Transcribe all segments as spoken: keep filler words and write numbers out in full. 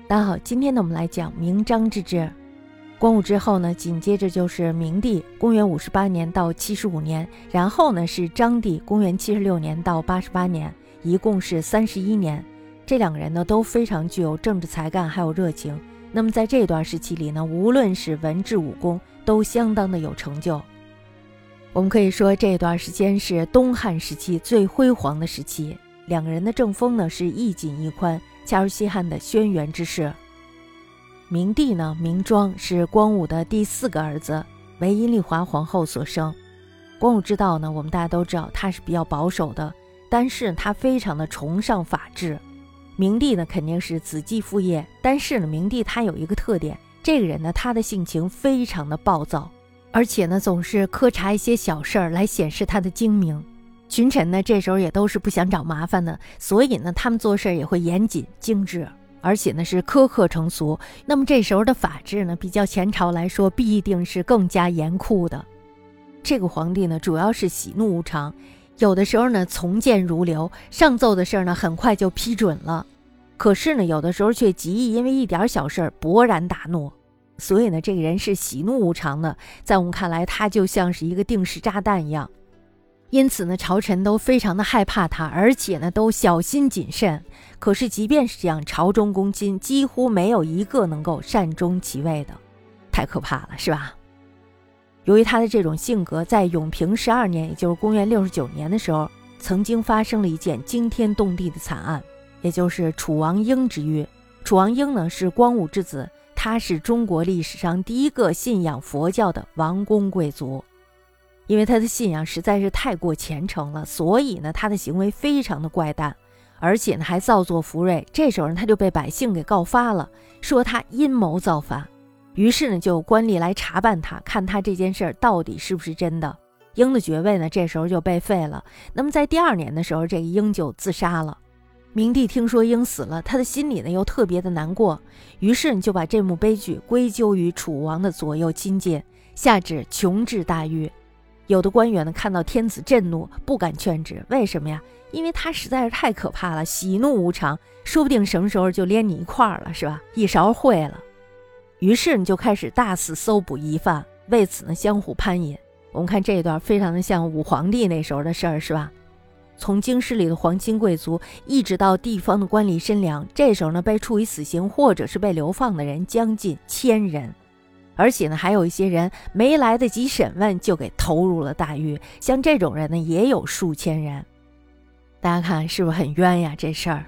大家好，今天呢我们来讲明章之治。光武之后呢，紧接着就是明帝，公元五十八年到七十五年，然后呢是章帝，公元七十六年到八十八年，一共是三十一年。这两个人呢都非常具有政治才干还有热情。那么在这段时期里呢，无论是文治武功都相当的有成就。我们可以说这段时间是东汉时期最辉煌的时期，两个人的政风呢是一紧一宽，恰如西汉的轩辕之势。明帝呢，明庄是光武的第四个儿子，为阴丽华皇后所生。光武之道呢，我们大家都知道他是比较保守的，但是他非常的崇尚法治。明帝呢肯定是子继父业，但是呢明帝他有一个特点，这个人呢他的性情非常的暴躁，而且呢总是苛察一些小事儿来显示他的精明。群臣呢这时候也都是不想找麻烦的，所以呢他们做事也会严谨精致，而且呢是苛刻成俗。那么这时候的法制呢，比较前朝来说必定是更加严酷的。这个皇帝呢主要是喜怒无常，有的时候呢从谏如流，上奏的事儿呢很快就批准了，可是呢有的时候却极易因为一点小事儿勃然大怒。所以呢这个人是喜怒无常的，在我们看来他就像是一个定时炸弹一样。因此呢朝臣都非常的害怕他，而且呢都小心谨慎。可是即便是这样，朝中公卿几乎没有一个能够善终其位的，太可怕了，是吧？由于他的这种性格，在永平十二年，也就是公元六十九年的时候，曾经发生了一件惊天动地的惨案，也就是楚王婴之狱。楚王婴呢是光武之子，他是中国历史上第一个信仰佛教的王公贵族。因为他的信仰实在是太过虔诚了，所以呢他的行为非常的怪诞，而且呢还造作福瑞。这时候他就被百姓给告发了，说他阴谋造反。于是呢就有官吏来查办他，看他这件事到底是不是真的。婴的爵位呢这时候就被废了。那么在第二年的时候，这个婴就自杀了。明帝听说婴死了，他的心里呢又特别的难过，于是呢就把这幕悲剧归咎于楚王的左右亲近，下旨穷治大狱。有的官员呢看到天子震怒，不敢劝止。为什么呀？因为他实在是太可怕了，喜怒无常，说不定什么时候就连你一块儿了，是吧？一勺烩了。于是你就开始大肆搜捕疑犯，为此呢相互攀引。我们看这一段非常的像武皇帝那时候的事儿，是吧？从京师里的皇亲贵族一直到地方的官吏绅良，这时候呢被处以死刑或者是被流放的人将近千人。而且呢还有一些人没来得及审问就给投入了大狱，像这种人呢也有数千人。大家看是不是很冤呀这事儿？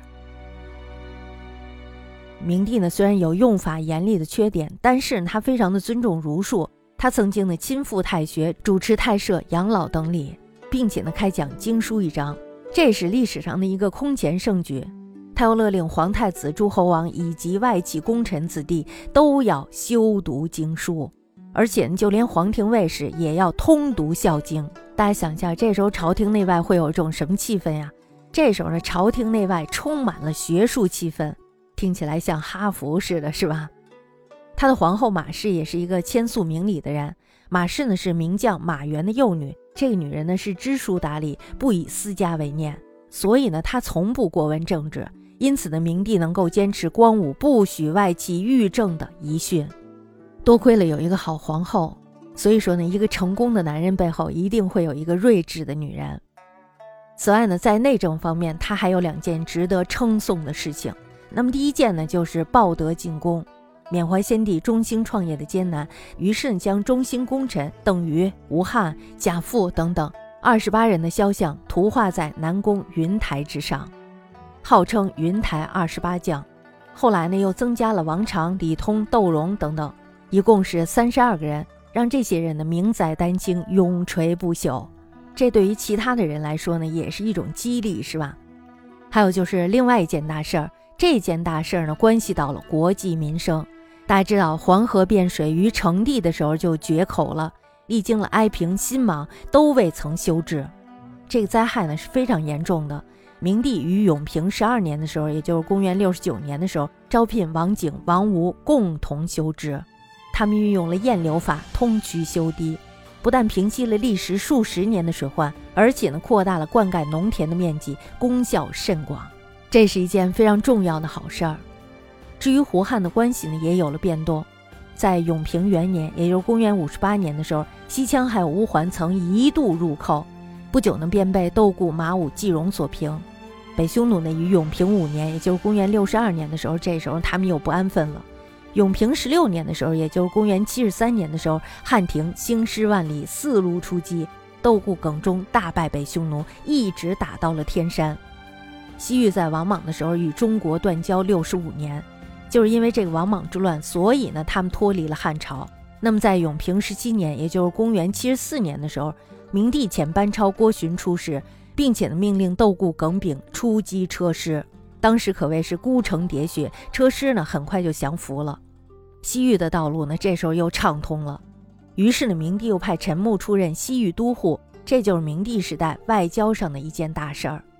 明帝呢虽然有用法严厉的缺点，但是他非常的尊重儒术，他曾经呢亲赴太学，主持太社、养老等礼，并且呢开讲经书一章，这是历史上的一个空前盛举。他又勒令皇太子、诸侯王以及外戚功臣子弟都要修读经书，而且就连皇庭卫士也要通读孝经。大家想一下，这时候朝廷内外会有一种什么气氛呀？这时候呢，朝廷内外充满了学术气氛，听起来像哈佛似的，是吧？他的皇后马氏也是一个谦肃明理的人。马氏呢是名将马援的幼女，这个女人呢是知书达理，不以私家为念，所以呢她从不过问政治。因此呢，明帝能够坚持光武不许外戚御政的遗训。多亏了有一个好皇后，所以说呢，一个成功的男人背后一定会有一个睿智的女人。此外呢，在内政方面，他还有两件值得称颂的事情。那么第一件呢，就是报德进宫，缅怀先帝中兴创业的艰难，于是将中兴功臣邓禹、吴汉、贾父等等二十八人的肖像图画在南宫云台之上，号称云台二十八将。后来呢又增加了王常、李通、窦融等等，一共是三十二个人，让这些人的名载丹青，永垂不朽。这对于其他的人来说呢也是一种激励，是吧？还有就是另外一件大事儿，这件大事儿呢关系到了国计民生。大家知道黄河变水于成帝的时候就决口了，历经了哀平、新莽都未曾修治，这个灾害呢是非常严重的。明帝于永平十二年的时候，也就是公元六十九年的时候，招聘王景、王吴共同修治。他们运用了堰流法，通渠修堤，不但平息了历时数十年的水患，而且呢扩大了灌溉农田的面积，功效甚广。这是一件非常重要的好事儿。 至于胡汉的关系呢，也有了变动。在永平元年，也就是公元五十八年的时候，西羌还有乌桓曾一度入寇，不久呢便被斗固马武季荣所平。北匈奴呢于永平五年，也就是公元六十二年的时候，这时候他们又不安分了。永平十六年的时候，也就是公元七十三年的时候，汉庭兴师万里，四路出击，斗固耿忠大败北匈奴，一直打到了天山。西域在王莽的时候与中国断交六十五年，就是因为这个王莽之乱，所以呢他们脱离了汉朝。那么在永平十七年，也就是公元七十四年的时候，明帝遣班超、郭循出使，并且呢命令斗固耿炳出击车师。当时可谓是孤城喋血，车师呢很快就降服了。西域的道路呢这时候又畅通了。于是呢明帝又派陈穆出任西域都护，这就是明帝时代外交上的一件大事儿。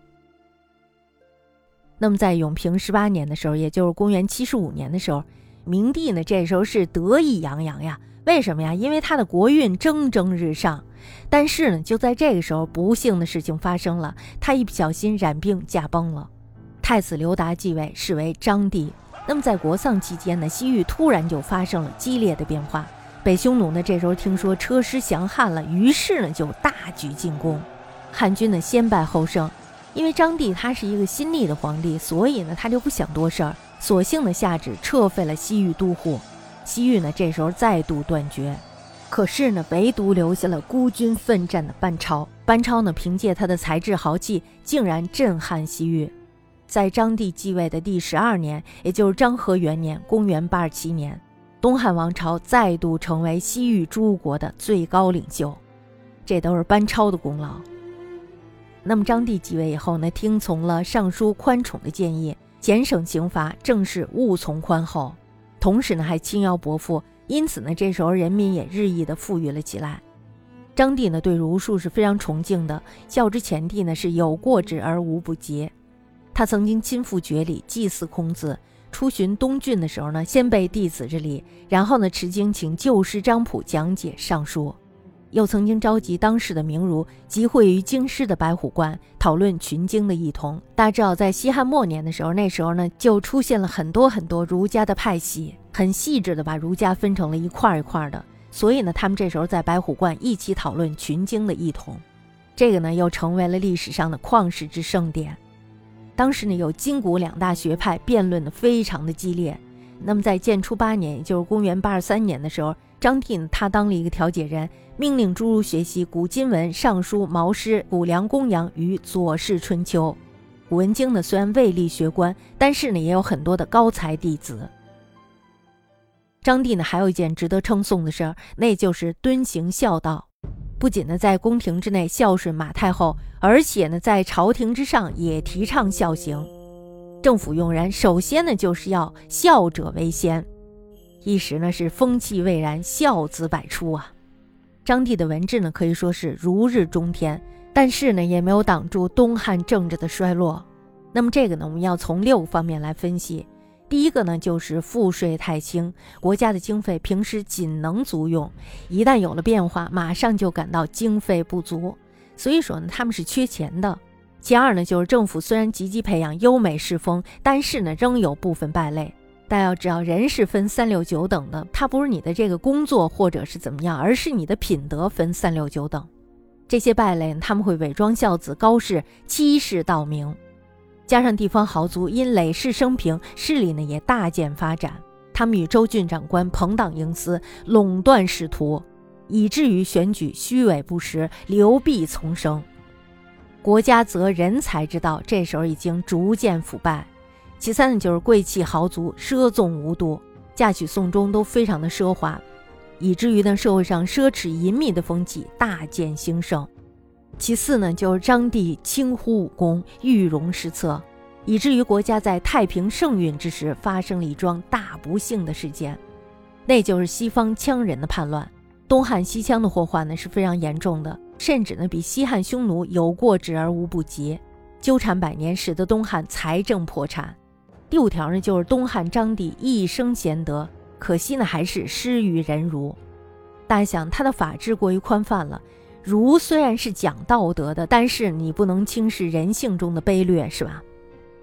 那么在永平十八年的时候，也就是公元七十五年的时候，明帝呢这时候是得意洋洋呀。为什么呀？因为他的国运蒸蒸日上。但是呢就在这个时候，不幸的事情发生了，他一不小心染病驾崩了。太子刘达继位，是为章帝。那么在国丧期间呢，西域突然就发生了激烈的变化。北匈奴呢这时候听说车师降汉了，于是呢就大举进攻。汉军呢先败后胜。因为章帝他是一个新立的皇帝，所以呢他就不想多事儿，索性的下旨撤废了西域都护。西域呢这时候再度断绝。可是呢唯独留下了孤军奋战的班超。班超呢凭借他的才智豪气，竟然震撼西域。在章帝继位的第十二年，也就是章和元年，公元八十七年，东汉王朝再度成为西域诸国的最高领袖，这都是班超的功劳。那么章帝继位以后呢，听从了尚书宽宠的建议，减省刑罚，政事务从宽厚，同时呢还轻徭薄赋，因此呢这时候人民也日益的富裕了起来。章帝呢对儒术是非常崇敬的，较之前帝呢是有过之而无不及。他曾经亲赴爵里祭祀孔子，出巡东郡的时候呢，先备弟子之礼，然后呢持经请旧师张溥讲解尚书。又曾经召集当时的名儒集会于京师的白虎观，讨论群经的异同。大家知道在西汉末年的时候，那时候呢就出现了很多很多儒家的派系，很细致的把儒家分成了一块一块的，所以呢他们这时候在白虎观一起讨论群经的异同，这个呢又成为了历史上的旷世之盛典。当时呢有今古两大学派辩论的非常的激烈。那么在建初八年，也就是公元八十三年的时候，章帝呢他当了一个调解人，命令诸儒学习古今文、尚书、毛诗、谷梁、公羊与左氏春秋。古文经呢虽然未立学官，但是呢也有很多的高才弟子。章帝呢还有一件值得称颂的事儿，那就是敦行孝道。不仅呢在宫廷之内孝顺马太后，而且呢在朝廷之上也提倡孝行。政府用人首先呢就是要孝者为先，一时呢是风气蔚然，孝子百出啊。章帝的文治呢可以说是如日中天，但是呢也没有挡住东汉政治的衰落。那么这个呢我们要从六个方面来分析。第一个呢就是赋税太轻，国家的经费平时仅能足用，一旦有了变化，马上就感到经费不足，所以说呢他们是缺钱的。其二呢就是政府虽然积极培养优美士风，但是呢仍有部分败类。大家要知道，人是分三六九等的，它不是你的这个工作或者是怎么样，而是你的品德分三六九等。这些败类他们会伪装孝子高士，欺世盗名。加上地方豪族因累世生平，势力呢也大渐发展，他们与州郡长官朋党营私，垄断仕途，以至于选举虚伪不实，流弊丛生。国家择人才之道这时候已经逐渐腐败。其三呢就是贵气豪族奢纵无度，嫁娶送终都非常的奢华，以至于呢社会上奢侈淫靡的风气大渐兴盛。其四呢就是章帝轻忽武功，欲容失策，以至于国家在太平盛运之时发生了一桩大不幸的事件，那就是西方羌人的叛乱。东汉西羌的祸患呢是非常严重的，甚至呢比西汉匈奴有过之而无不及，纠缠百年，使得东汉财政破产。第五条呢就是东汉章帝一生贤德，可惜呢还是失于人儒。大家想，他的法制过于宽泛了，儒虽然是讲道德的，但是你不能轻视人性中的卑劣，是吧？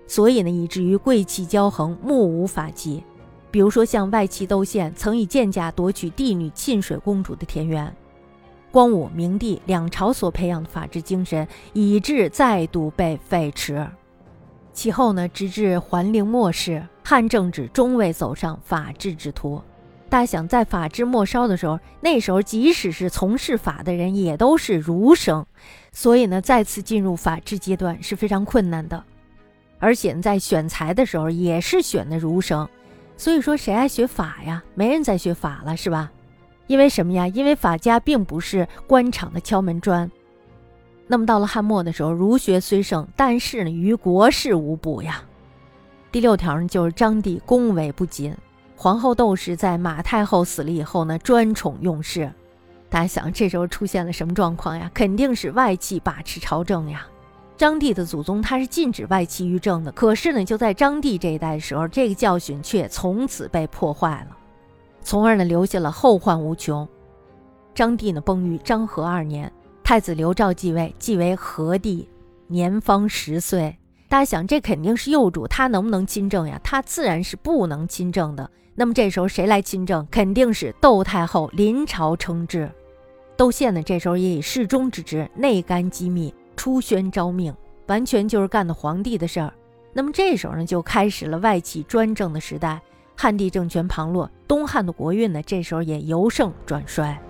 所以呢，以至于贵气骄横，目无法纪。比如说像外戚窦宪曾以贱价夺取帝女沁水公主的田园。光武、明帝两朝所培养的法治精神，以致再度被废弛。其后呢，直至桓灵末世，汉政治终未走上法治之途。大家想，在法治末梢的时候，那时候即使是从事法的人也都是儒生，所以呢，再次进入法治阶段是非常困难的。而且在选才的时候也是选的儒生，所以说谁爱学法呀？没人再学法了，是吧？因为什么呀？因为法家并不是官场的敲门砖。那么到了汉末的时候，儒学虽盛，但是呢，于国事无补呀。第六条呢，就是张帝恭维不谨。皇后窦氏在马太后死了以后呢，专宠用事。大家想，这时候出现了什么状况呀？肯定是外戚把持朝政呀。张帝的祖宗他是禁止外戚于政的，可是呢，就在张帝这一代的时候，这个教训却从此被破坏了，从而呢，留下了后患无穷。张帝呢崩于张和二年，太子刘肇继位，继为和帝，年方十岁。大家想，这肯定是幼主，他能不能亲政呀？他自然是不能亲政的。那么这时候谁来亲政？肯定是窦太后临朝称制。窦宪呢，这时候也以侍中之职，内干机密，出宣招命，完全就是干的皇帝的事儿。那么这时候呢，就开始了外戚专政的时代。汉帝政权旁落，东汉的国运呢，这时候也由盛转衰。